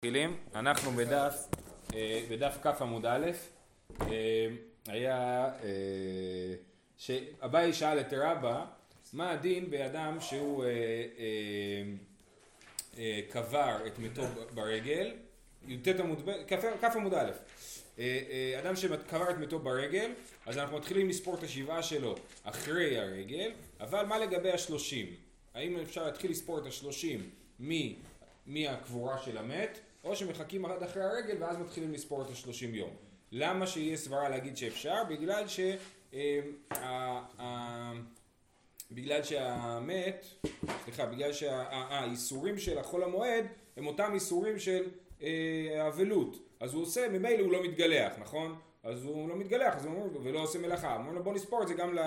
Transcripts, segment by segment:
אנחנו בדף כף עמוד א', היה שאביי שאל את רבא מה הדין באדם שהוא קבר את מתו ברגל, כף עמוד א', אדם שקבר את מתו ברגל, אז אנחנו מתחילים לספור את השבעה שלו אחרי הרגל, אבל מה לגבי 30? האם אפשר להתחיל לספור את 30 מהקבורה של המת, או שמחכים עד אחרי הרגל ואז מתחילים לספור את 30 יום. למה שיהיה סברה להגיד שאפשר? בגלל שהאיסורים של החול המועד הם אותם איסורים של האבלות. אז הוא עושה, ממילא הוא לא מתגלח, נכון? אז הוא לא מתגלח, אז הוא אומר, ולא עושה מלאכה. הוא אומר, בוא נספור את זה גם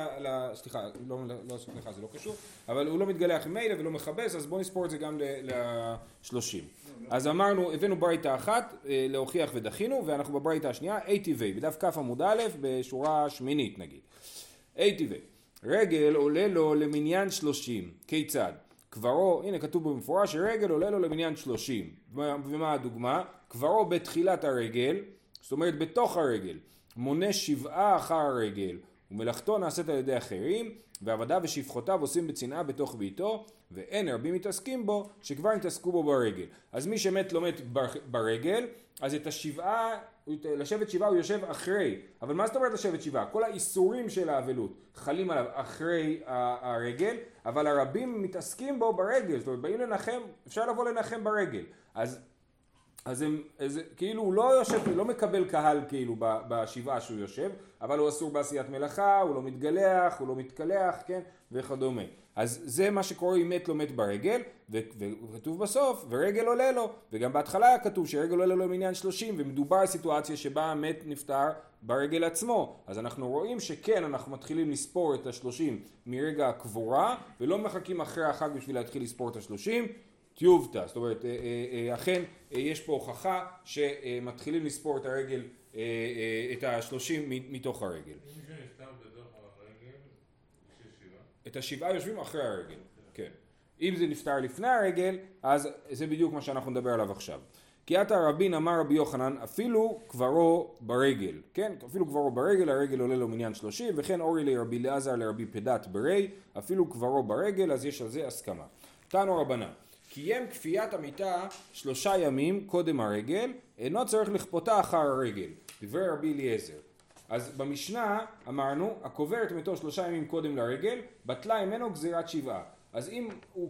לא עושה מלאכה, זה לא קשור, אבל הוא לא מתגלח ממילא ולא מכבס, אז בוא נספור את זה גם ל-30. אז אמרנו, הבאנו ברייתא אחת להוכיח ודחינו, ואנחנו בברייתא השנייה, ATV, בדף כף עמוד א', בשורה שמינית נגיד. ATV, רגל עולה לו למניין 30, כיצד? קברו, הנה כתוב במפורש שרגל עולה לו למניין 30, ומה הדוגמה? קברו בתחילת הרגל, זאת אומרת בתוך הרגל, מונה 7 אחר הרגל, ומלאכתו נעשית על ידי אחרים, ועבדיו ושפחותיו עושים בצנעה בתוך ביתו, ואין רבים מתעסקים בו, שכבר התעסקו בו ברגל. אז מי שמת לא מת ברגל, אז את השבעה, לשבת שבעה הוא יושב אחרי. אבל מה זאת אומרת לשבת שבעה? כל האיסורים של האבלות חלים עליו אחרי הרגל, אבל הרבים מתעסקים בו ברגל. זאת אומרת, באים לנחם, אפשר לבוא לנחם ברגל. אז כאילו הוא לא יושב, הוא לא מקבל קהל כאילו בשבעה שהוא יושב, אבל הוא אסור בעשיית מלאכה, הוא לא מתגלח, הוא לא מתקלח, כן, וכדומה. אז זה מה שקורה אם מת לא מת ברגל, וכתוב בסוף, ורגל עולה לו, וגם בהתחלה היה כתוב שרגל עולה לו למניין 30, ומדובר על סיטואציה שבה המת נפטר ברגל עצמו. אז אנחנו רואים שכן, אנחנו מתחילים לספור את 30 מרגע הקבורה, ולא מחכים אחרי החג בשביל להתחיל לספור את 30, טיובטה, זאת אומרת, אכן יש פה הוכחה שמתחילים לספור את הרגל, את 30 מתוך הרגל. אם מישהו נפטר בתוך הרגל, יש שבעה? את השבעה יושבים אחרי הרגל, כן. אם זה נפטר לפני הרגל, אז זה בדיוק מה שאנחנו נדבר עליו עכשיו. כי עתה רבין אמר רבי יוחנן, אפילו קברו ברגל, כן? אפילו קברו ברגל, הרגל עולה לו מניין 30, וכן אורי לרבי אלעזר לרבי פדת ברי, אפילו קברו ברגל, אז יש על זה הסכמה. תנו רבנן. קיים כפיית המיטה 3 ימים קודם הרגל, אינו צריך לכפותה אחר הרגל, דברי רבי אליעזר. אז במשנה אמרנו, הקובר את מתו 3 ימים קודם לרגל, בטלה ממנו גזירת שבעה. אז אם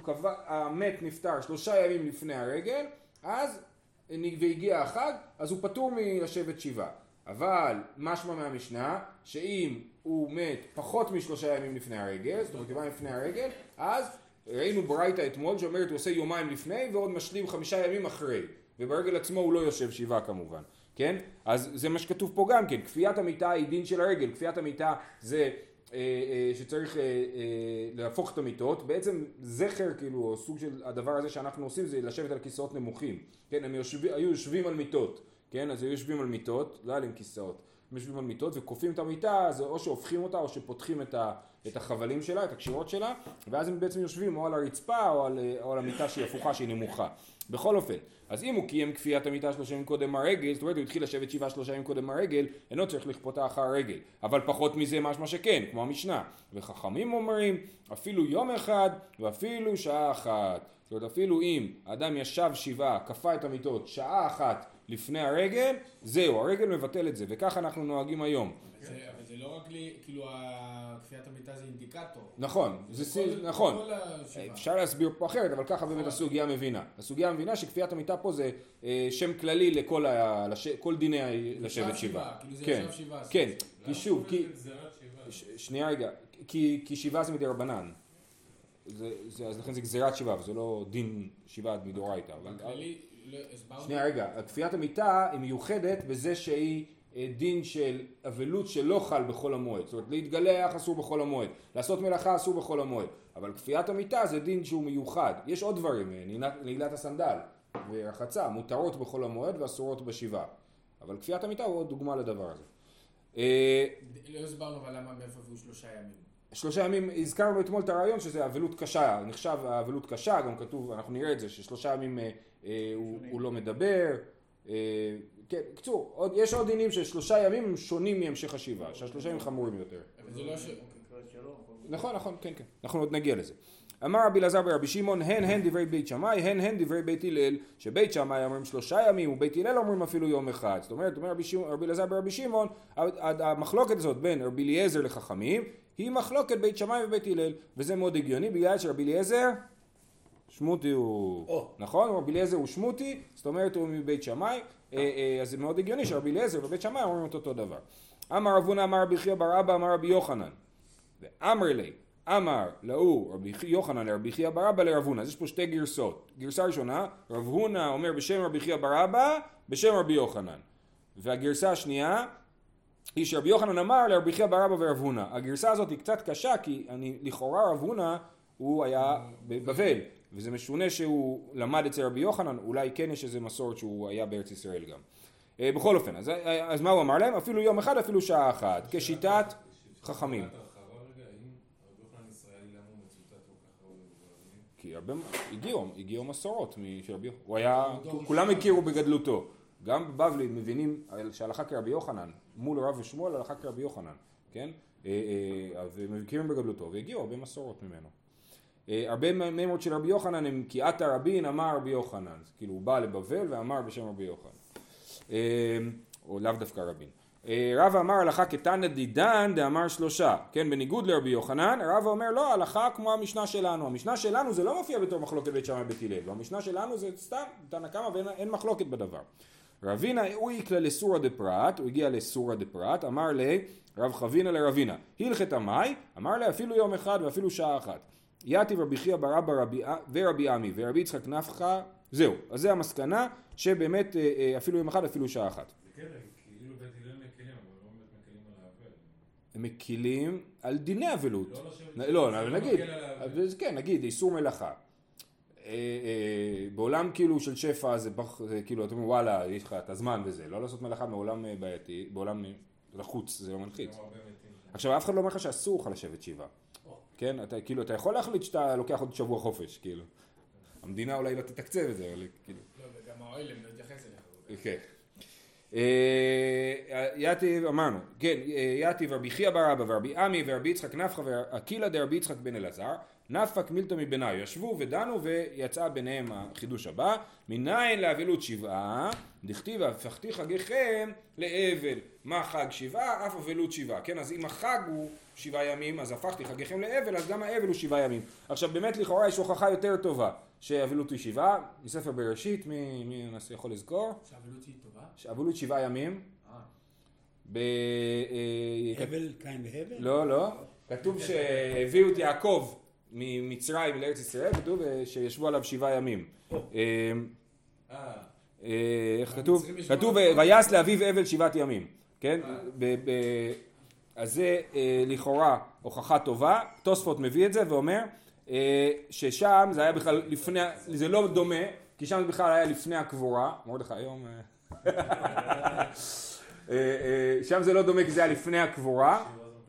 המת נפטר 3 ימים לפני הרגל, אז והגיע החג, אז הוא פטור מלשבת שבעה. אבל משמע מהמשנה, שאם הוא מת פחות מ3 ימים לפני הרגל, זאת אומרת יומיים לפני הרגל, אז ראינו ברייתא אתמול שאומרת הוא עושה יומיים לפני ועוד משלים 5 ימים אחרי, וברגל עצמו הוא לא יושב שבעה כמובן, כן? אז זה מה שכתוב פה גם כן, כפיית המיטה היא דין של הרגל, כפיית המיטה זה שצריך להפוך את המיטות, בעצם זכר כאילו, או סוג של הדבר הזה שאנחנו עושים זה לשבת על כיסאות נמוכים, כן? הם היו יושבים על מיטות, כן? אז היו יושבים על מיטות, לא עליהם כיסאות, הם יושבים על מיטות וקופים את המיטה, אז או שהופכים אותה או שפותחים את החבלים שלה, את הקשירות שלה, ואז הם בעצם יושבים או על הרצפה או על המיטה שהיא הפוכה, שהיא נמוכה. בכל אופן, אז אם הוא קיים כפיית המיטה 3 ימים קודם הרגל, זאת אומרת הוא התחיל לשבת 7 ימים קודם הרגל, אינו צריך לכפותה אחר הרגל, אבל פחות מזה משמע שכן, כמו המשנה. וחכמים אומרים, אפילו יום אחד ואפילו שעה אחת. זאת אומרת, אפילו אם האדם ישב שבעה, כפה את המיטות שעה אחת לפני הרגל, זהו, הרגל מבטל את זה, וכך אנחנו נוהגים היום. אבל זה לא רק כאילו כפיית המיטה זה אינדיקטור. נכון, נכון. אפשר להסביר פה אחרת, אבל ככה באמת הסוגיה מבינה. הסוגיה מבינה שכפיית המיטה פה זה שם כללי לכל דיני לשבת שבעה. כאילו זה ישב שבעה. כן, כי שוב, שנייה רגע, כי שבעה זה מדרבנן. אז לכן זה גזירת שבעה, וזה לא דין שבעה מדאורייתא. שנייה רגע, כפיית המיטה היא מיוחדת בזה שהיא דין של אבלות שלא חל בכל המועד. זאת אומרת, להתגלח אסור בכל המועד, לעשות מלאכה אסור בכל המועד. אבל כפיית המיטה זה דין שהוא מיוחד. יש עוד דברים, נעילת הסנדל ורחצה, מותרות בכל המועד ואסורות בשבעה. אבל כפיית המיטה הוא עוד דוגמה לדבר הזה. לא הסברנו אבל למה מאיפה הוא 3 ימים. 3 ימים, הזכרנו אתמול את הרעיון שזה אבלות קשה, נחשב אבלות קשה, גם כתוב, אנחנו נראה את זה, ש3 ימים הוא לא מדבר, כן, קצור, יש עוד דינים של 3 ימים הם שונים מהמשך השיבה, שהשלושה ימים חמורים יותר. זה לא ש... נכון, כן, אנחנו עוד נגיע לזה. אמר רבי אלעזר ברבי שמעון, הן דברי בית שמאי, הן דברי בית הלל, שבית שמאי אומרים 3 ימים ובית הלל אומרים אפילו יום אחד. זאת אומרת, אומר רבי אלעזר ברבי שמעון, המחלוקת הזאת בין רבי אליעזר לחכמים, היא מחלוקת בית שמאי ובית הלל, וזה מאוד הגיוני, בגלל שרבי אליעזר, שמותי הוא, נכון? רבי אליעזר הוא שמותי, זאת אומרת הוא מבית שמאי, אז זה מאוד הגיוני שרבי אליעזר ובית שמאי אומרים אותו דבר. אמר רב הונא אמר רבי חייא בר אבא אמר רבי יוחנן, ואמר לי, אמר לאו רבי יוחנן לרבי חייא בר אבא לרב הונא. אז יש פה 2 גרסות. גרסה ראשונה, רב הונא אומר בשם רבי חייא בר אבא, בשם רבי יוחנן. והגרסה השנייה היא שרבי יוחנן אמר לרבי חייא בר אבא ורב הונא. הגרסה הזאת היא קצת קשה כי לכאורה רב הונא הוא היה בבבל, וזה משונה שהוא למד אצל רבי יוחנן, אולי כן יש איזה מסורת שהוא היה בארץ ישראל גם. בכל אופן, אז מה הוא אמר להם? אפילו יום אחד, אפילו שעה אחת, כשיטת חכמים. כי הרבה הגיעו מסורות של רבי יוחנן, הוא היה, כולם הכירו בגדלותו, גם בבבלי מבינים שהלכה כרבי יוחנן, מול רב ושמואל הלכה כרבי יוחנן, כן? אז הם מכירים בגדלותו והגיעו הרבה מסורות ממנו. הרבה מימות של רבי יוחנן הם כי עתה רבין אמר רבי יוחנן, כאילו הוא בא לבבל ואמר בשם רבי יוחנן, או לאו דווקא רבין. רבא אמר הלכה כתנא דידן דאמר 3, כן, בניגוד לרבי יוחנן, רבא אומר לא, הלכה כמו המשנה שלנו, המשנה שלנו זה לא מופיע בתור מחלוקת בית שמאי ובית הלל, והמשנה שלנו זה סתם תנא קמא ואין מחלוקת בדבר. רבינה הוא יקלה לסורא דפרט, הוא הגיע לסורא דפרט, אמר לי רב חבינה לרבינה, הלכת המאי, אמר לי אפילו יום אחד ואפילו שעה אחת. יתיב רבי חייא בר אבא ורבי עמי ורבי יצחק נפחא, זהו, אז זה המסקנה שבאמת אפילו יום אחד אפילו שעה אחת. כאילו בית הלל מקלים, אבל לא מקלים על האבל. הם מקילים על דיני אבלות. לא, נגיד, כן, נגיד, איסור מלאכה. בעולם כאילו של שפע זה כאילו, אתם אומרים וואלה, יש לך את הזמן וזה, לא לעשות מלאכה בעולם בעייתי, בעולם לחוץ, זה לא מלחיץ. עכשיו, אף אחד לא אומר לך שאסור לך לשבת שבעה. כן, אתה יכול להחליט שאתה לוקח עוד שבוע חופש, כאילו. המדינה אולי לא תתקצב את זה, אבל כאילו. לא, וגם האוילם לא יתייחס אליך. כן. יתיב, אמרנו, כן, יתיב רבי חייא בר אבא ורבי עמי ורבי יצחק נפחא ואקילה דרבי יצחק בן אלעזר, נפק מילתא מבניו, ישבו ודנו ויצא ביניהם החידוש הבא, מניין לאבלות 7, דכתיב הפכתי חגיכם לאבל, מה חג 7? אף אבלות 7, כן, אז אם החג הוא 7 ימים, אז הפכתי חגיכם לאבל, אז גם האבל הוא 7 ימים. עכשיו באמת לכאורה יש הוכחה יותר טובה, שאבלות היא 7, מספר בראשית, מי יכול לזכור? שאבלות היא טובה? שאבלות 7 ימים. הבל, קין והבל? לא, כתוב שהביאו את יעקב ממצרים לארץ ישראל, כתוב שישבו עליו 7 ימים. איך כתוב? כתוב ויעש לאביו אבל 7 ימים, כן? אז זה לכאורה הוכחה טובה, תוספות מביא את זה ואומר ששם זה היה בכלל לפני, זה לא דומה, כי שם זה בכלל היה לפני הקבורה, מרדכי היום, שם זה לא דומה כי זה היה לפני הקבורה,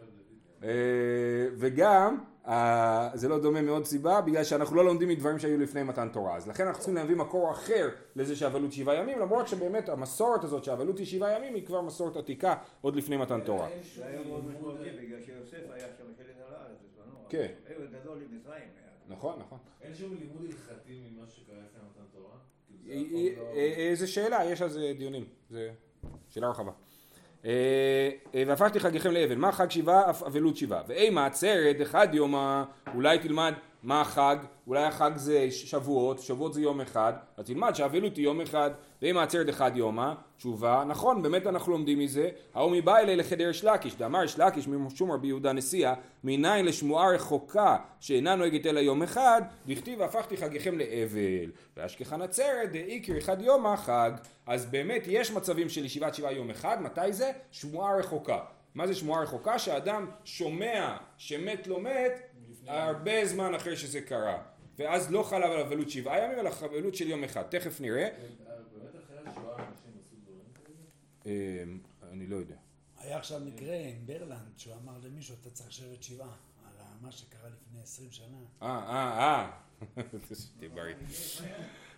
וגם זה לא דומה מאוד סיבה, בגלל שאנחנו לא לומדים מדברים שהיו לפני מתן תורה, אז לכן אנחנו צריכים להביא מקור אחר לזה שהאבלות 7 ימים, למרות שבאמת המסורת הזאת שהאבלות היא 7 ימים היא כבר מסורת עתיקה עוד לפני מתן תורה. זה היה מאוד משמעותי, בגלל שיוסף היה שם חלק על הארץ בזמנו. כן. אבל גדול למצרים היה. נכון. אין שום לימוד הלכתי ממה שקרה לפני מתן תורה? איזה שאלה, יש על זה דיונים, זה שאלה רחבה. והפכתי חגיכם לאבל, מה חג 7? אבלות 7. ואימה עצרת אחד יום, אולי תלמד מה החג, אולי החג זה שבועות, שבועות זה יום אחד, אז תלמד שהאבלות היא יום אחד, ואימה עצרת אחד יום, תשובה, נכון, באמת אנחנו לומדים מזה, ההוא מבא אלי לחדר שלקיש, דאמר שלקיש משום רבי יהודה נשיאה, מניין לשמועה רחוקה שאינה נוהגת אלא יום אחד, דכתיב והפכתי חגיכם לאבל, ואשכחן עצרת דאיקר אחד יום חג. אז באמת יש מצבים של ישיבת 7 יום אחד, מתי זה? שמועה רחוקה. מה זה שמועה רחוקה? שהאדם שומע שמת לא מת הרבה זמן אחרי שזה קרה, ואז לא חל על אבלות 7 ימים אלא אבלות של יום אחד, תכף נראה. באמת אחרי השואה אנשים עשו דברים כאלה? אני לא יודע. היה עכשיו מקרה עם ברלנד שהוא אמר למישהו אתה צריך לשבת 7 על מה שקרה לפני 20 שנה. תהיה בריא.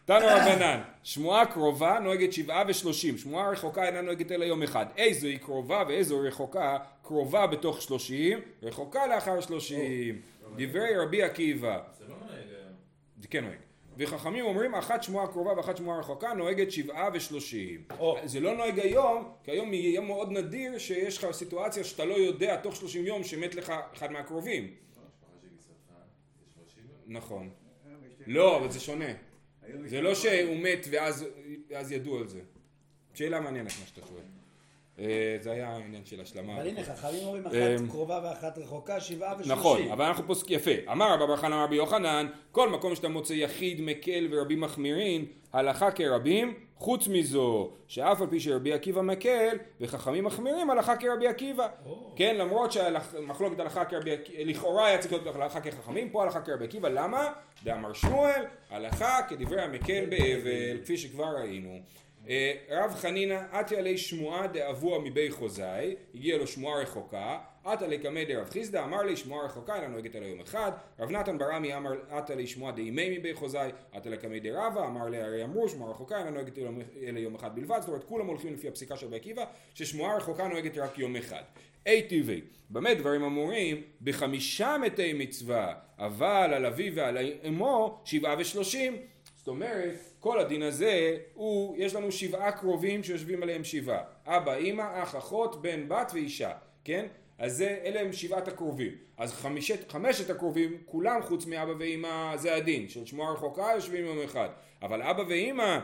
תנו רבנן, שמועה קרובה נוהגת 7 ו30, שמועה רחוקה אינה נוהגת אלא יום אחד. איזו היא קרובה ואיזו רחוקה? קרובה בתוך 30, רחוקה לאחר 30. דברי רבי עקיבא. זה לא נוהג היום. זה כן נוהג. וחכמים אומרים, אחת שמועה קרובה ואחת שמועה רחוקה נוהגת 7 ו30. זה לא נוהג היום, כי היום יהיה מאוד נדיר שיש לך סיטואציה שאתה לא יודע תוך 30 יום שמת לך אחד מהקרובים. המשפחה של גיסתך, יש 30 יום? נכון. לא, אבל זה שונה. זה לא שהוא מת ואז ידעו על זה. שאלה מעניינת מה שאתה שואל. זה היה העניין של השלמה. אבל הנה, חכמים אומרים אחת קרובה ואחת רחוקה, 7 ו30. נכון, אבל אנחנו פוסקים יפה. אמר רבא בר חנא אמר רבי יוחנן, כל מקום שאתה מוצא יחיד מקל ורבים מחמירים, הלכה כרבים, חוץ מזו, שאף על פי שרבי עקיבא מקל וחכמים מחמירים, הלכה כרבי עקיבא. כן, למרות שהמחלוקת הלכה כרבי עקיבא, לכאורה היה צריך להיות הלכה כחכמים, פה הלכה כרבי עקיבא, למה? דאמר שמואל, הלכה כדברי המקל באבל, כפי שכבר ראינו. רב חנינא עטיה לי שמועה דאבוה מבי חוזאי, הגיע לו שמועה רחוקה, עטה לי קמא דרב חיסדא, אמר לי שמועה רחוקה אינה נוהגת אלא יום אחד. רב נתן ברמי אמר עטה לי שמועה דאימי מבי חוזאי, עטה לי קמא דרבא, אמר לי הרי אמרו שמועה רחוקה אינה נוהגת אלא יום אחד בלבד. זאת אומרת כולם הולכים לפי הפסיקה של רבי עקיבא ששמועה רחוקה נוהגת רק יום אחד. טבעי, במה דברים אמורים? ב5 מתי מצווה, אבל על אביו ועל אמו 7 ו30. זאת אומרת, כל הדין הזה, יש לנו 7 קרובים שיושבים עליהם 7. אבא, אמא, אח, אחות, בן, בת ואישה, כן? אז אלה הם 7 הקרובים. אז 5 הקרובים, כולם חוץ מאבא ואמא, זה הדין. של שמועה רחוקה יושבים יום אחד. אבל אבא ואמא,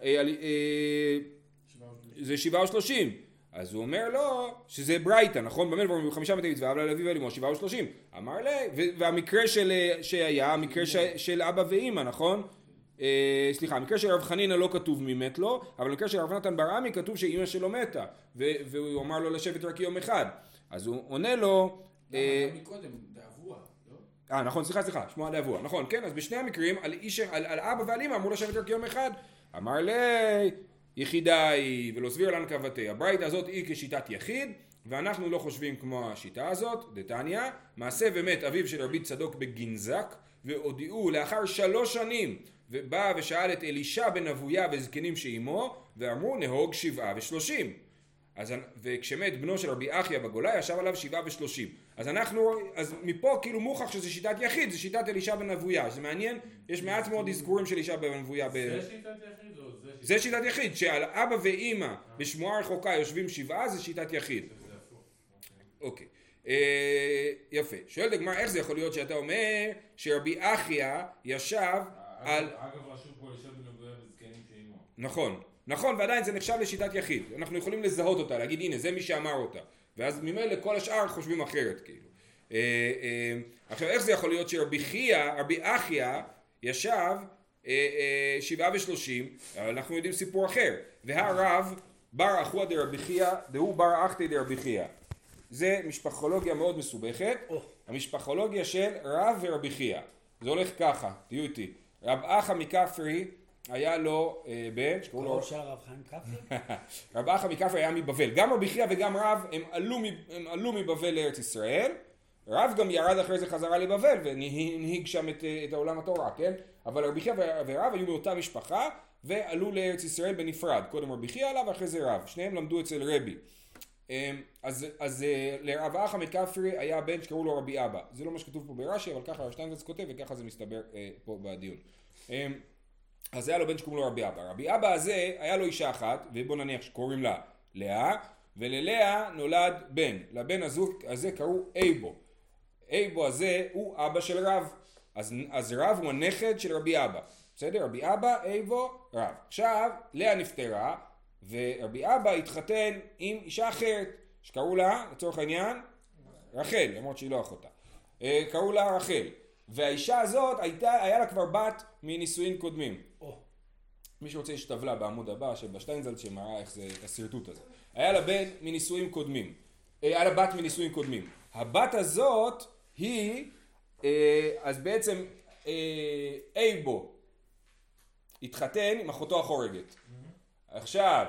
זה 7 ו30. אז הוא אומר לו שזה ברייתא, נכון? באמת דברים ב5 מתי מצווה, אבל על אביו ועל אמו 7 ו30. אמר לי, והמקרה שהיה, המקרה של אבא ואמא, נכון? סליחה, המקרה של רב חנינא לא כתוב מי מת לו, אבל במקרה של רב נתן ברמי כתוב שאמא שלו מתה, והוא אמר לו לשבת רק יום אחד. אז הוא עונה לו... למה מקודם, דאבוה, לא? נכון, סליחה, שמועה דאבוה, נכון, כן, אז בשני המקרים, על אבא ועל אמא אמרו לשבת רק יום אחד. אמר לי, יחידה היא, ולא סביר לן קבתי. הברייתא הזאת היא כשיטת יחיד, ואנחנו לא חושבים כמו השיטה הזאת, דתניא, מעשה ומת אביו של רבי צדוק בגנזק, והודיעו לאחר 3 שנים, ובא ושאל את אלישע בן אבויה וזקנים שאימו, ואמרו נהוג 7 ו30. וכשמת בנו של רבי אחיה בגולה ישב עליו 7 ו30. אז מפה כאילו מוכח שזה שיטת יחיד, זה שיטת אלישע בן אבויה. זה מעניין, יש מעט מאוד אזכורים של אלישע בן אבויה. זה שיטת יחיד או זה שיטת? זה שיטת יחיד, שעל אבא ואמא בשמועה רחוקה יושבים 7, זה שיטת יחיד. אוקיי. יפה. שואל דגמר, איך זה יכול להיות שאתה אומר שרבי אחיה ישב על... אגב, רשום פה לשב בן אבויה וזקנים שאימו. נכון, ועדיין זה נחשב לשיטת יחיד. אנחנו יכולים לזהות אותה, להגיד הנה זה מי שאמר אותה. ואז ממילא כל השאר חושבים אחרת כאילו. עכשיו איך זה יכול להיות שרבי אחיה ישב 7 ו30, אנחנו יודעים סיפור אחר. והרב בר אחוה דרבי חייא דהוא בר אחתי דרבי חייא. זה משפחולוגיה מאוד מסובכת. המשפחולוגיה של רב ורבי חייא. זה הולך ככה, תהיו איתי. רב אחא מכפרי היה לו בן שקראו לו... של הרב חיים כפרי? רב אחא מכפרי היה מבבל. גם רבי חייא וגם רב הם עלו מבבל לארץ ישראל. רב גם ירד אחרי זה חזרה לבבל והנהיג שם את העולם התורה, כן? אבל רבי חייא ורב היו באותה משפחה ועלו לארץ ישראל בנפרד. קודם רבי חייא עלה ואחרי זה רב. שניהם למדו אצל רבי. אז לרב אחא מכפרי היה בן שקראו לו רבי אבא. זה לא מה שכתוב פה ברש"י, אבל ככה הרב שטיינזלץ כותב וככה זה מסתבר פה בדיון. אז היה לו בן שקוראים לו רבי אבא. רבי אבא הזה היה לו אישה אחת, ובוא נניח שקוראים לה לאה, וללאה נולד בן. לבן הזה קראו אייבו. אייבו הזה הוא אבא של רב. אז רב הוא הנכד של רבי אבא. בסדר? רבי אבא, אייבו, רב. עכשיו, לאה נפטרה, ורבי אבא התחתן עם אישה אחרת, שקראו לה, לצורך העניין, רחל, למרות שהיא לא אחותה. קראו לה רחל. והאישה הזאת היה לה כבר בת מנישואין קודמים. מי שרוצה יש טבלה בעמוד הבא שבשטיינזלץ שמראה איך זה את הסרטוט הזה. היה לה בן מנישואין קודמים. היה לה בת מנישואין קודמים. הבת הזאת היא, אז בעצם אייבו התחתן עם אחותו החורגת. עכשיו,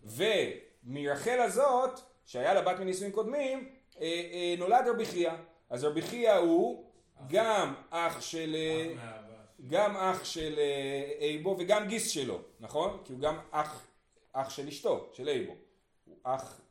ומרחל הזאת, שהיה לה בת מנישואין קודמים, נולד רבי חייא. אז רבי חייא הוא גם אח של... גם אח של אייבו וגם גיס שלו, נכון? כי הוא גם אח של אשתו, של אייבו. הוא אח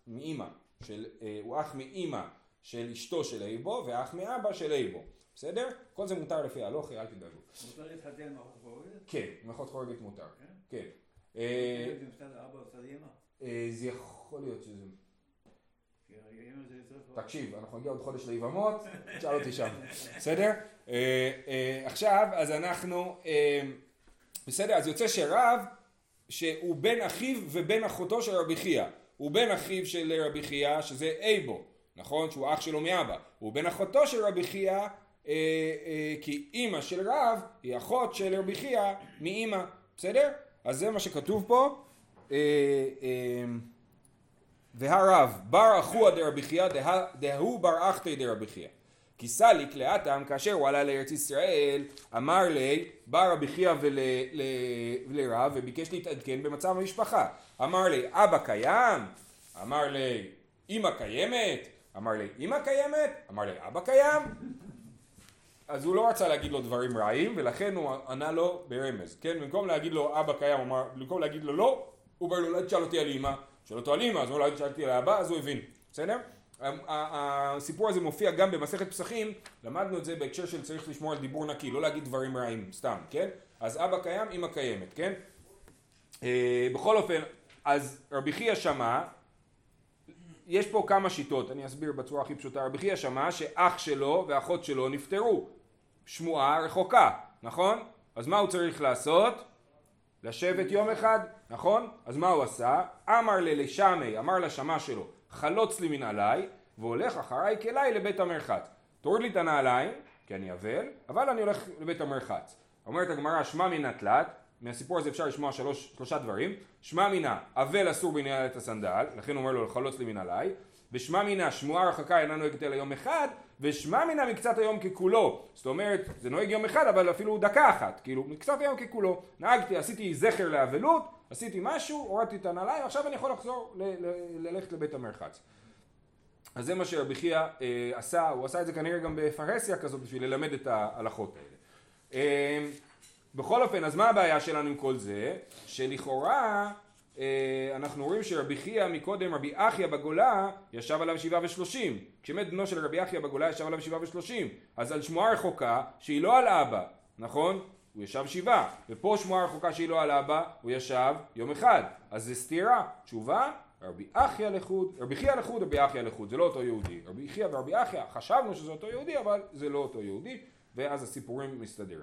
מאמא של אשתו של אייבו ואח מאבא של אייבו. בסדר? כל זה מותר לפי ההלכה, אל תדאגו. מותר להתחתן מאחות חורגת? כן, מאחות חורגת מותר. כן. זה מצד אבא וצד אמא? זה יכול להיות שזה... אמא זה יותר... תקשיב, אנחנו נגיע עוד חודש ליבמות, תשאל אותי שם. בסדר? עכשיו, אז אנחנו... בסדר, אז יוצא שרב, שהוא בן אחיו ובן אחותו של רבי חייא. הוא בן אחיו של רבי חייא, שזה אייבו, נכון? שהוא אח שלו מאבא. הוא בן אחותו של רבי חייא, כי אימא של רב היא אחות של רבי חייא מאימא. בסדר? אז זה מה שכתוב פה. והרב בר אחוה דרבי חייא דהוא בר אחתי דרבי חייא. כי סליק לאטם כאשר הוא עלה לארץ ישראל אמר לי בא רבי חייא ולרב וביקש להתעדכן במצב המשפחה. אמר לי אבא קיים? אמר לי אמא קיימת? אמר לי אמא קיימת? אמר לי אבא קיים? אז הוא לא רצה להגיד לו דברים רעים ולכן הוא ענה לו ברמז. כן? במקום להגיד לו אבא קיים, במקום להגיד לו לא, הוא אומר לו לא תשאל אותי על אמא. שאל אותו על אמא, אז הוא לא שאלתי על האבא, אז הוא הבין. בסדר? הסיפור הזה מופיע גם במסכת פסחים, למדנו את זה בהקשר של צריך לשמור על דיבור נקי, לא להגיד דברים רעים, סתם, כן? אז אבא קיים, אמא קיימת, כן? בכל אופן, אז רבי חייא שמע, יש פה כמה שיטות, אני אסביר בצורה הכי פשוטה, רבי חייא שמע שאח שלו ואחות שלו נפטרו, שמועה רחוקה, נכון? אז מה הוא צריך לעשות? לשבת יום אחד, נכון? אז מה הוא עשה? אמר לשמי, אמר לשמה שלו, חלוץ לי מנעליי, והולך אחריי כלי לבית המרחץ. תוריד לי את הנעליים, כי אני אבל אני הולך לבית המרחץ. אומרת הגמרא, שמע מן התלת, מהסיפור הזה אפשר לשמוע שלושה דברים. שמע מינה, אבל אסור בנעל את הסנדל, לכן הוא אומר לו, חלוץ לי מנעליי. ושמע מינה, שמועה רחקה אינה נוהגת אלא יום אחד, ושמע מינה מקצת היום ככולו. זאת אומרת, זה נוהג יום אחד, אבל אפילו דקה אחת, כאילו, מקצת היום ככולו. נהגתי, עשיתי זכר לאבלות, עשיתי משהו, הורדתי את הנעליים, עכשיו אני יכול לחזור ללכת לבית המרחץ. אז זה מה שרבי חייא עשה, הוא עשה את זה כנראה גם בפרהסיה כזאת, בשביל ללמד את ההלכות האלה. בכל אופן, אז מה הבעיה שלנו עם כל זה? שלכאורה, אנחנו רואים שרבי חייא מקודם, רבי אחיא בגולה, ישב עליו 7:30. כשמת בנו של רבי אחיא בגולה, ישב עליו 7:30. אז על שמועה רחוקה, שהיא לא על אבא, נכון? הוא ישב 7. ופה שמועה רחוקה שהיא לא על אבא, הוא ישב יום אחד. אז זה סתירה. תשובה, רבי חייא לחוד, רבי אחיא לחוד. זה לא אותו יהודי. רבי חייא ורבי אחיא, חשבנו שזה אותו יהודי, אבל זה לא אותו יהודי. ואז הסיפורים מסתדרים.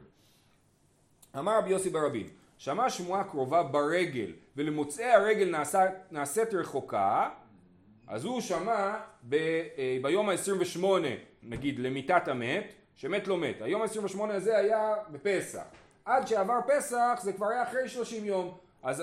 אמר רבי יוסי ברבין, שמע שמועה קרובה ברגל, ולמוצאי הרגל נעשית רחוקה, אז הוא שמע ביום ה-28, נגיד, למיתת המת, שמת לא מת. היום ה-28 הזה היה בפסח. עד שעבר פסח זה כבר היה אחרי 30 יום, אז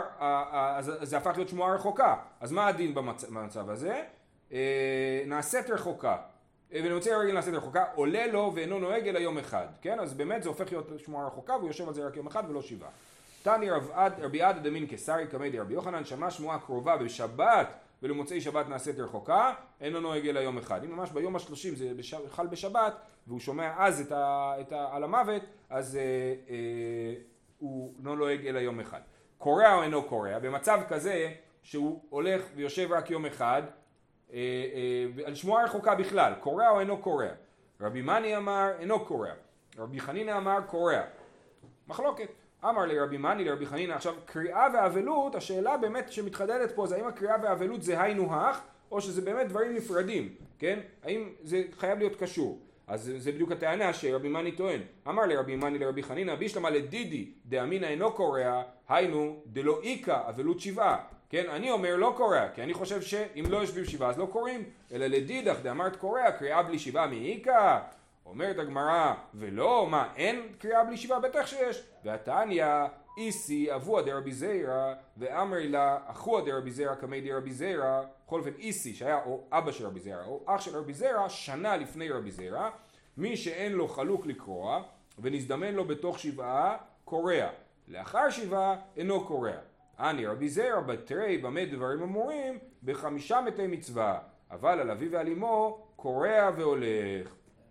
זה הפך להיות שמועה רחוקה. אז מה הדין במצב הזה? נעשית רחוקה. ולמוצאי הרגל נעשית רחוקה, עולה לו ואינו נוהג אלא יום אחד. כן? אז באמת זה הופך להיות שמועה רחוקה, והוא יושב על זה רק יום אחד ולא 7. תני רבי עדה דמין קיסרי קמי דרבי יוחנן, שמע שמועה קרובה בשבת ולמוצאי שבת נעשית רחוקה, אינו נוהג אלא יום אחד. אם ממש ביום ה-30 זה חל בשבת והוא שומע אז על המוות, אז הוא לא נוהג אלא יום אחד. קורע או אינו קורע? במצב כזה שהוא הולך ויושב רק יום אחד, על שמועה רחוקה בכלל, קורע או אינו קורע? רבי מני אמר אינו קורע, רבי חנינא אמר קורע. מחלוקת. אמר לרבי מני לרבי חנינא, עכשיו קריאה ואבלות, השאלה באמת שמתחדדת פה זה האם הקריאה ואבלות זה היינו הך או שזה באמת דברים נפרדים, כן? האם זה חייב להיות קשור? אז זה בדיוק הטענה שרבי מני טוען. אמר לרבי מני לרבי חנינא, בישלמה לדידי דאמינא אינו קורע, היינו דלא איכא אבלות 7. כן, אני אומר לא קורע, כי אני חושב שאם לא יושבים 7 אז לא קוראים, אלא לדידך דאמרת קורע, קריאה בלי 7 מאיכא. אומרת הגמרא, ולא, מה, אין קריאה בלי 7? בטח שיש. והתניא, איסי אבוה דרבי זיירא, ואמר לה, אחוה דרבי זיירא קמי דרבי זיירא, בכל אופן איסי, שהיה או אבא של רבי זיירא, או אח של רבי זיירא, שנה לפני רבי זיירא, מי שאין לו חלוק לקרוע, ונזדמן לו בתוך 7, קורע. לאחר 7, אינו קורע. אני רבי זיירא בתרי במה דברים אמורים, ב5 מתי מצווה, אבל על אביו ועל אמו, קורע והולך.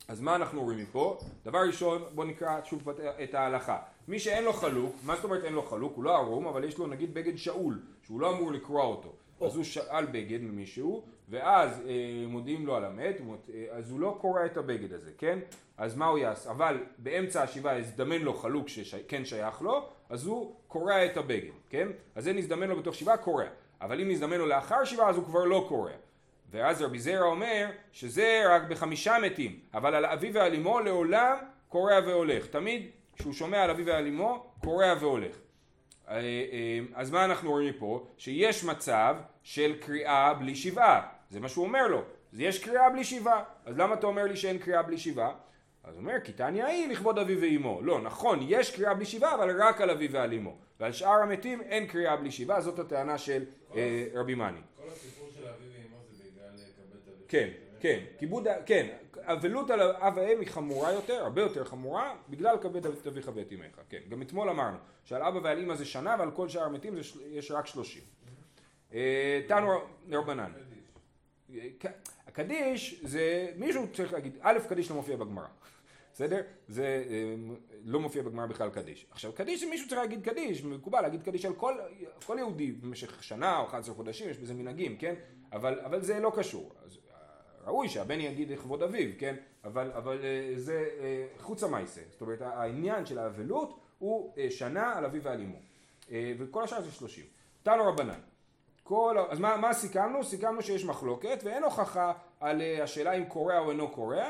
אז מה אנחנו רואים מפה? דבר ראשון, בוא נקרא שוב את ההלכה. מי שאין לו חלוק, מה זאת אומרת אין לו חלוק? הוא לא ערום, אבל יש לו נגיד בגד שאול, שהוא לא אמור לקרוע אותו. אז הוא שאל בגד ממישהו, ואז מודיעים לו על המת, אז הוא לא קורע את הבגד הזה, כן? אז מה הוא יעשה? אבל באמצע השבעה הזדמן לו חלוק שכן שייך לו, אז הוא קורע את הבגד, כן? אז זה נזדמן לו בתוך שבעה, קורע. אבל אם נזדמן לו לאחר שבעה, אז הוא כבר לא קורע. ואז רבי זרע אומר שזה רק ב5 מתים, אבל על אביו ועל אמו לעולם קורע והולך. תמיד כשהוא שומע על אביו ועל אמו, קורע והולך. אז מה אנחנו רואים פה? שיש מצב של קריאה בלי שבעה. זה מה שהוא אומר לו. יש קריאה בלי שבעה. אז למה אתה אומר לי שאין קריאה בלי שבעה? אז הוא אומר, כי תניא היא לכבוד אביו ואמו. לא, נכון, יש קריאה בלי שבעה, אבל רק על אביו ועל אמו. ועל שאר המתים אין קריאה בלי שבעה. זאת הטענה של רבי מני. כל הסיפור של אביו ואמו זה בגלל כבד אביו. כן, כן, כיבוד, כן, אבלות על אב ואם היא חמורה יותר, הרבה יותר חמורה, בגלל כבד אביך ואת אמך, כן. גם אתמול אמרנו שעל אבא ועל אמא זה שנה ועל כל שאר המתים יש רק 30. תנו רבנן. הקדיש זה, מישהו צריך להגיד, א' קדיש לא מופיע בגמרא, בסדר? זה לא מופיע בגמרא בכלל קדיש. עכשיו קדיש זה מישהו צריך להגיד קדיש, מקובל להגיד קדיש על כל יהודי במשך שנה או 11 חודשים, יש בזה מנהגים, כן? אבל זה לא קשור. אז ראוי שהבן יגיד לכבוד אביו, כן? אבל זה חוץ המעשה. זאת אומרת, העניין של האבלות הוא שנה על אביו ועל אמו. וכל השאר זה 30. תנו רבנן. אז מה סיכמנו? סיכמנו שיש מחלוקת ואין הוכחה על השאלה אם קורא או אינו קורא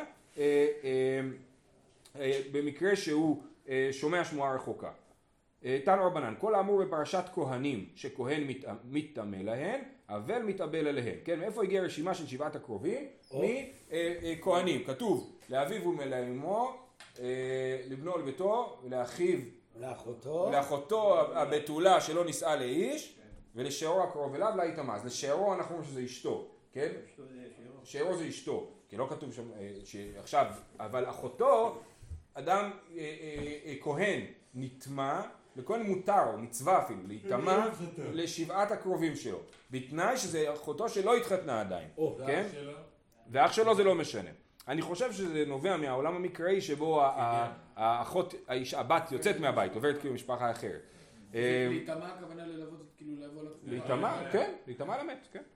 במקרה שהוא שומע שמועה רחוקה. תנו רבנן, כל האמור בפרשת כהנים שכהן מתאמה להן, אבל מתאבל עליהם. כן, מאיפה הגיעה רשימה של 7 הקרובים? מכהנים. כתוב לאביו ולאמו, לבנו ולביתו, ולאחיו, לאחותו הבתולה שלא נישאה לאיש, ולשארו הקרוב אליו לא יתאמה. אז לשארו אנחנו אומרים שזה אשתו, כן? שארו זה אשתו, כי לא כתוב שם עכשיו, אבל אחותו, אדם כהן נטמא, לכהן מותר, או מצווה אפילו, להיטמא ל7 הקרובים שלו, בתנאי שזה אחותו שלא התחתנה עדיין, כן? ואח שלו זה לא משנה. אני חושב שזה נובע מהעולם המקראי שבו האחות, הבת יוצאת מהבית, עוברת כאילו משפחה אחרת. להיטמא הכוונה ללוות, כאילו לבוא לקבורה. להיטמא, כן, להיטמא למת, כן.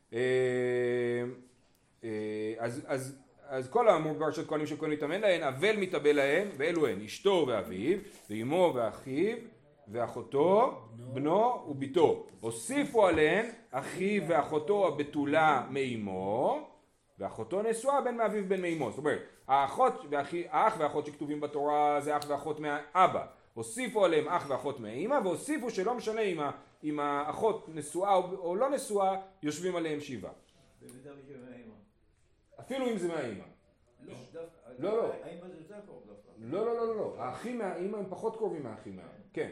אז כל האמור פרשת כהנים שכהן להתאמן להן, אבל מתאבל להן, ואלו הן, אשתו ואביו, ואמו ואחיו, ואחותו, בנו וביתו. הוסיפו עליהן, אחיו ואחותו הבתולה מאמו, ואחותו נשואה בין מאביו בין מאמו. זאת אומרת, האח ואחות שכתובים בתורה זה אח ואחות מהאבא. הוסיפו עליהם אח ואחות מהאמא, והוסיפו שלא משנה אם האחות נשואה או לא נשואה, יושבים עליהם 7. אפילו אם זה מהאמא. לא. האמא זה יותר קרוב דווקא. לא. האחים מהאמא הם פחות קרובים מהאחים מהאמא. כן.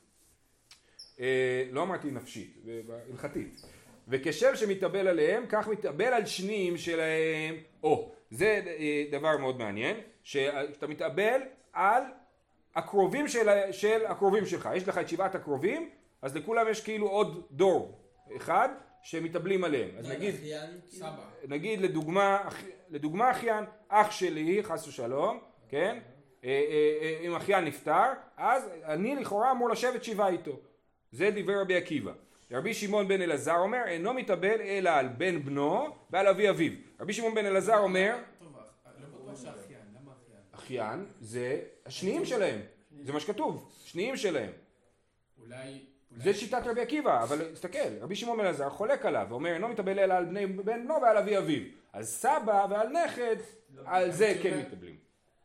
לא אמרתי נפשית, הלכתית. וכשם שמתאבל עליהם, כך מתאבל על שניים שלהם. זה דבר מאוד מעניין, שאתה מתאבל על הקרובים של הקרובים שלך. יש לך את 7 הקרובים, אז לכולם יש כאילו עוד דור אחד שמתאבלים עליהם. אז נגיד לדוגמה אחיין, אח שלי, חס ושלום, כן? אם אחיין נפטר, אז אני לכאורה אמור לשבת 7 איתו. זה דבר רבי עקיבא. רבי שמעון בן אלעזר אומר, אינו מתאבל אלא על בן בנו ועל אבי אביו. רבי שמעון בן אלעזר אומר, לא בטוח שאחיין, למה אחיין? אחיין זה השניים שלהם, זה מה שכתוב, שניים שלהם. זה שיטת רבי עקיבא, אבל תסתכל, רבי שמעון בן אלעזר חולק עליו, ואומר, אינו מתאבל אלא על בן בנו ועל אבי אביו. אז סבא ועל נכד, על זה כן מתאבלים.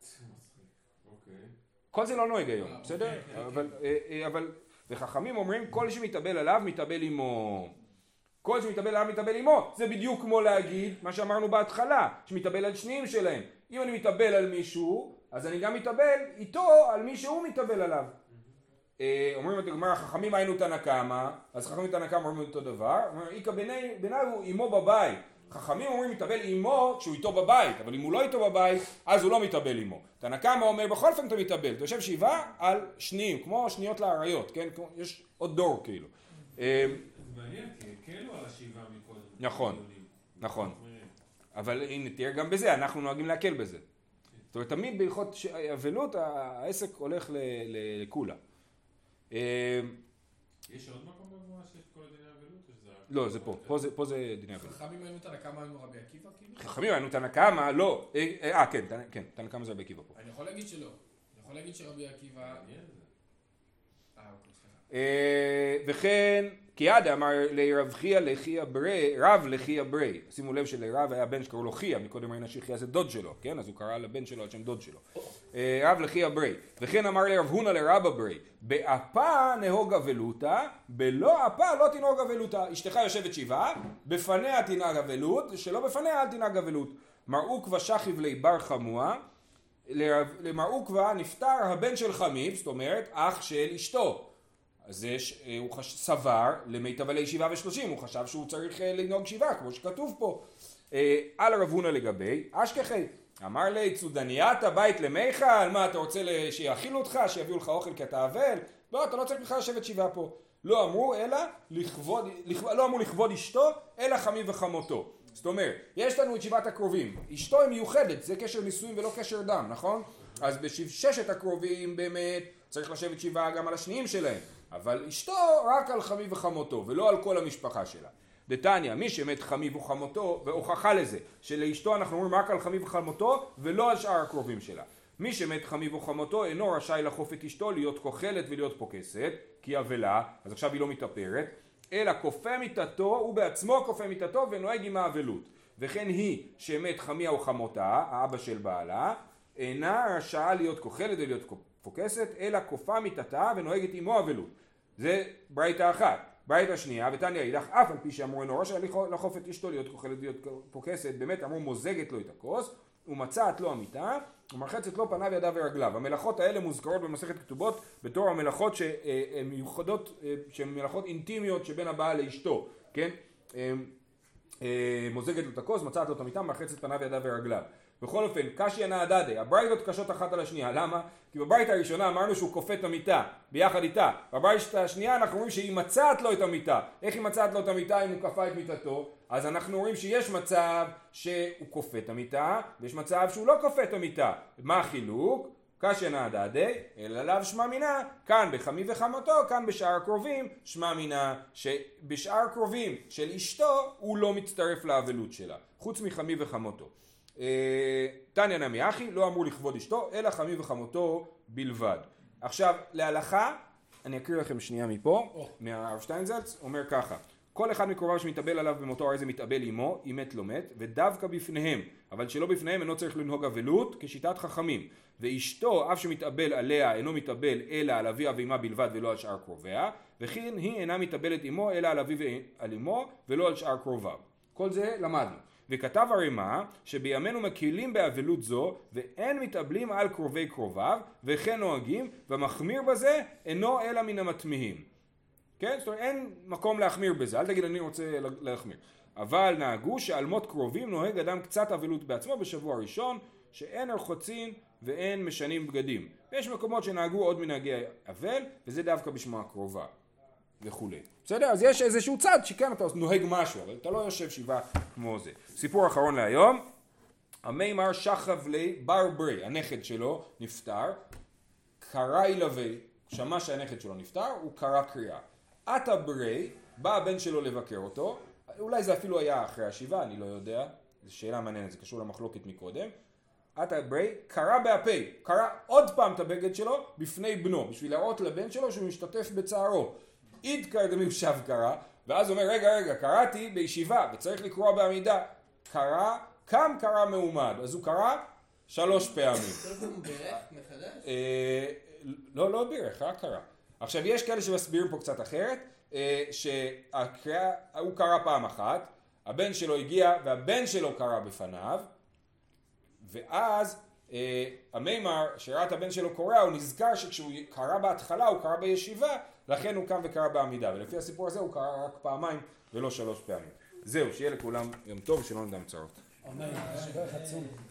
כל זה לא נוהג היום, בסדר? אבל וחכמים אומרים, כל שמתאבל עליו מתאבל עמו. כל שמתאבל עליו מתאבל עמו. זה בדיוק כמו להגיד מה שאמרנו בהתחלה, שמתאבל על שניים שלהם. אם אני מתאבל על מישהו, אז אני גם מתאבל איתו על מי שהוא מתאבל עליו. אומרים את הגמרא, חכמים היינו תנא קמא, אז חכמים תנא קמא אומרים אותו דבר, אומרים, איכא בעיניי הוא עמו בבית. חכמים אומרים מתאבל עמו כשהוא איתו בבית, אבל אם הוא לא איתו בבית, אז הוא לא מתאבל עמו. תנא קמא אומר, בכל אופן אתה מתאבל, אתה יושב 7 על שניים, כמו שניות לאריות, כן? יש עוד דור כאילו. מעניין, כי הקלו על 7 מקודם. נכון. אבל הנה, תראה גם בזה, אנחנו נוהגים להקל בזה. זאת אומרת, תמיד בהלכות אבלות העסק הולך לכולה. יש עוד מקום בגמרא שיש כל דיני אבלות? לא, זה פה זה דיני אבלות. חכמים היינו תנא קמא היינו רבי עקיבא כאילו? חכמים היינו תנא קמא, לא, כן, תנא קמא זה רבי עקיבא פה. אני יכול להגיד שלא. אני יכול להגיד שרבי עקיבא... וכן, כי ידע אמר לרב חייא לחיה ברי, רב לחיה ברי. שימו לב שלרב היה בן שקראו לו חייא, מקודם ראינה שחייא זה דוד שלו, כן? אז הוא קרא לבן שלו על שם דוד שלו. רב לחיה ברי. וכן אמר לרב הונא לרבא ברי, באפה נהוג אבלותא, בלא אפה לא תנהוג אבלותא. אשתך יושבת שבעה, בפניה תנהג אבלות, שלא בפניה אל תנהג אבלות. מר עוקבא שכיב לי בר חמוע, למר עוקבא נפטר הבן של חמיב, זאת אומרת אח של אשתו. אז הוא סבר למיטב ישיבה ו30, הוא חשב שהוא צריך לנהוג שבעה, כמו שכתוב פה. על רב הונא לגבי, אשכחי, אמר לי, צודניית בית למיכל, מה אתה רוצה שיאכילו אותך, שיביאו לך אוכל כי אתה אבל? לא, אתה לא צריך בכלל לשבת שבעה פה. לא אמרו לכבוד אשתו, אלא חמיו וחמותו. זאת אומרת, יש לנו את שבעת הקרובים, אשתו היא מיוחדת, זה קשר נישואים ולא קשר דם, נכון? אז בששת הקרובים באמת צריך לשבת שבעה גם על השניים שלהם. אבל אשתו רק על חמיו וחמותו ולא על כל המשפחה שלה. דתניא, מי שמת חמיו וחמותו, והוכחה לזה שלאשתו אנחנו אומרים רק על חמיו וחמותו ולא על שאר הקרובים שלה. מי שמת חמיו וחמותו אינו רשאי לחוף את אשתו להיות כוחלת ולהיות פוקסת, כי אבלה, אז עכשיו היא לא מתאפרת, אלא כופה מיתתו, הוא בעצמו כופה מיתתו ונוהג עם האבלות. וכן היא שמת חמיה וחמותה, האבא של בעלה, אינה רשאה להיות כוחלת ולהיות פוקסת, אלא כופה מיתתה ונוהגת עמו אבלות. זה ברייתא אחת. ברייתא שנייה, ותניא אידך, אף על פי שאמרו אינו רשאי לחוף את אשתו להיות כוחלת ולהיות פוקסת, באמת אמרו מוזגת לו את הכוס, ומצאת לו המיטה, ומרחצת לו פניו ידיו ורגליו. המלאכות האלה מוזכרות במסכת כתובות בתור המלאכות שהן מיוחדות, שהן מלאכות אינטימיות שבין הבעל לאשתו, כן? מוזגת לו את הכוס, מצאת לו את המיטה, מרחצת פניו ידיו ורגליו. בכל אופן, קשיא נהדדי, הברייתות קשות אחת על השנייה. למה? כי בברייתא הראשונה אמרנו שהוא כופה את המיטה ביחד איתה. בברייתא השנייה אנחנו אומרים שהיא מצאת לו את המיטה. איך היא מצאת לו את המיטה אם הוא כפה את מיטתו? אז אנחנו אומרים שיש מצב שהוא כופה את המיטה, ויש מצב שהוא לא כופה את המיטה. מה החילוק? קשיא נהדדי, אלא לאו שמע מינה, כאן בחמי וחמותו, כאן בשאר הקרובים, שמע מינה שבשאר הקרובים של אשתו הוא לא מצטרף לאבלות שלה, חוץ מחמי וחמותו. תניא נמי אחי, לא אמרו לכבוד אשתו, אלא חמי וחמותו בלבד. עכשיו, להלכה, אני אקריא לכם שנייה מפה, מהרב שטיינזלץ, אומר ככה, כל אחד מקרוביו שמתאבל עליו במותו הרי זה מתאבל עמו, אם מת לא מת, ודווקא בפניהם, אבל שלא בפניהם אינו צריך לנהוג אבלות כשיטת חכמים. ואשתו, אף שמתאבל עליה, אינו מתאבל אלא על אביה ואמה בלבד ולא על שאר קרוביה, וכן היא אינה מתאבלת עמו אלא על אביה ועל אמו ולא על שאר קרוביו. כל זה למדנו. וכתב הרמ"א שבימינו מקילים באבלות זו ואין מתאבלים על קרובי קרוביו וכן נוהגים, והמחמיר בזה אינו אלא מן המתמיהים. כן? זאת אומרת, אין מקום להחמיר בזה, אל תגיד אני רוצה להחמיר. אבל נהגו שעל מות קרובים נוהג אדם קצת אבלות בעצמו בשבוע הראשון, שאין רחוצים ואין משנים בגדים. ויש מקומות שנהגו עוד מנהגי אבל, וזה דווקא בשמו הקרובה וכולי. בסדר? אז יש איזשהו צד שכן אתה נוהג משהו, אבל אתה לא יושב שבעה כמו זה. סיפור אחרון להיום, המימר שכב לי בר ברי, הנכד שלו נפטר, קרא ילווה, שמע שהנכד שלו נפטר, הוא קרא קריאה. עתה ברי, בא הבן שלו לבקר אותו, אולי זה אפילו היה אחרי השבעה, אני לא יודע, זו שאלה מעניינת, זה קשור למחלוקת מקודם. עתה ברי, קרא בהפה, קרא עוד פעם את הבגד שלו בפני בנו, בשביל להראות לבן שלו שהוא משתתף בצערו. עיד קרדמי ושב קרא, ואז אומר רגע, קראתי בישיבה, וצריך לקרוא בעמידה. קרא, קם קרא מעומד, אז הוא קרא 3 פעמים. הוא בירך מחדש? לא בירך, רק קרא. עכשיו יש כאלה שמסבירים פה קצת אחרת, שהקריאה, הוא קרא פעם אחת, הבן שלו הגיע והבן שלו קרא בפניו, ואז המימר שראה את הבן שלו קורא, הוא נזכר שכשהוא קרא בהתחלה הוא קרא בישיבה, לכן הוא קם וקרא בעמידה, ולפי הסיפור הזה הוא קרא רק פעמיים ולא 3 פעמים. זהו, שיהיה לכולם יום טוב, שלא נדע מצרות.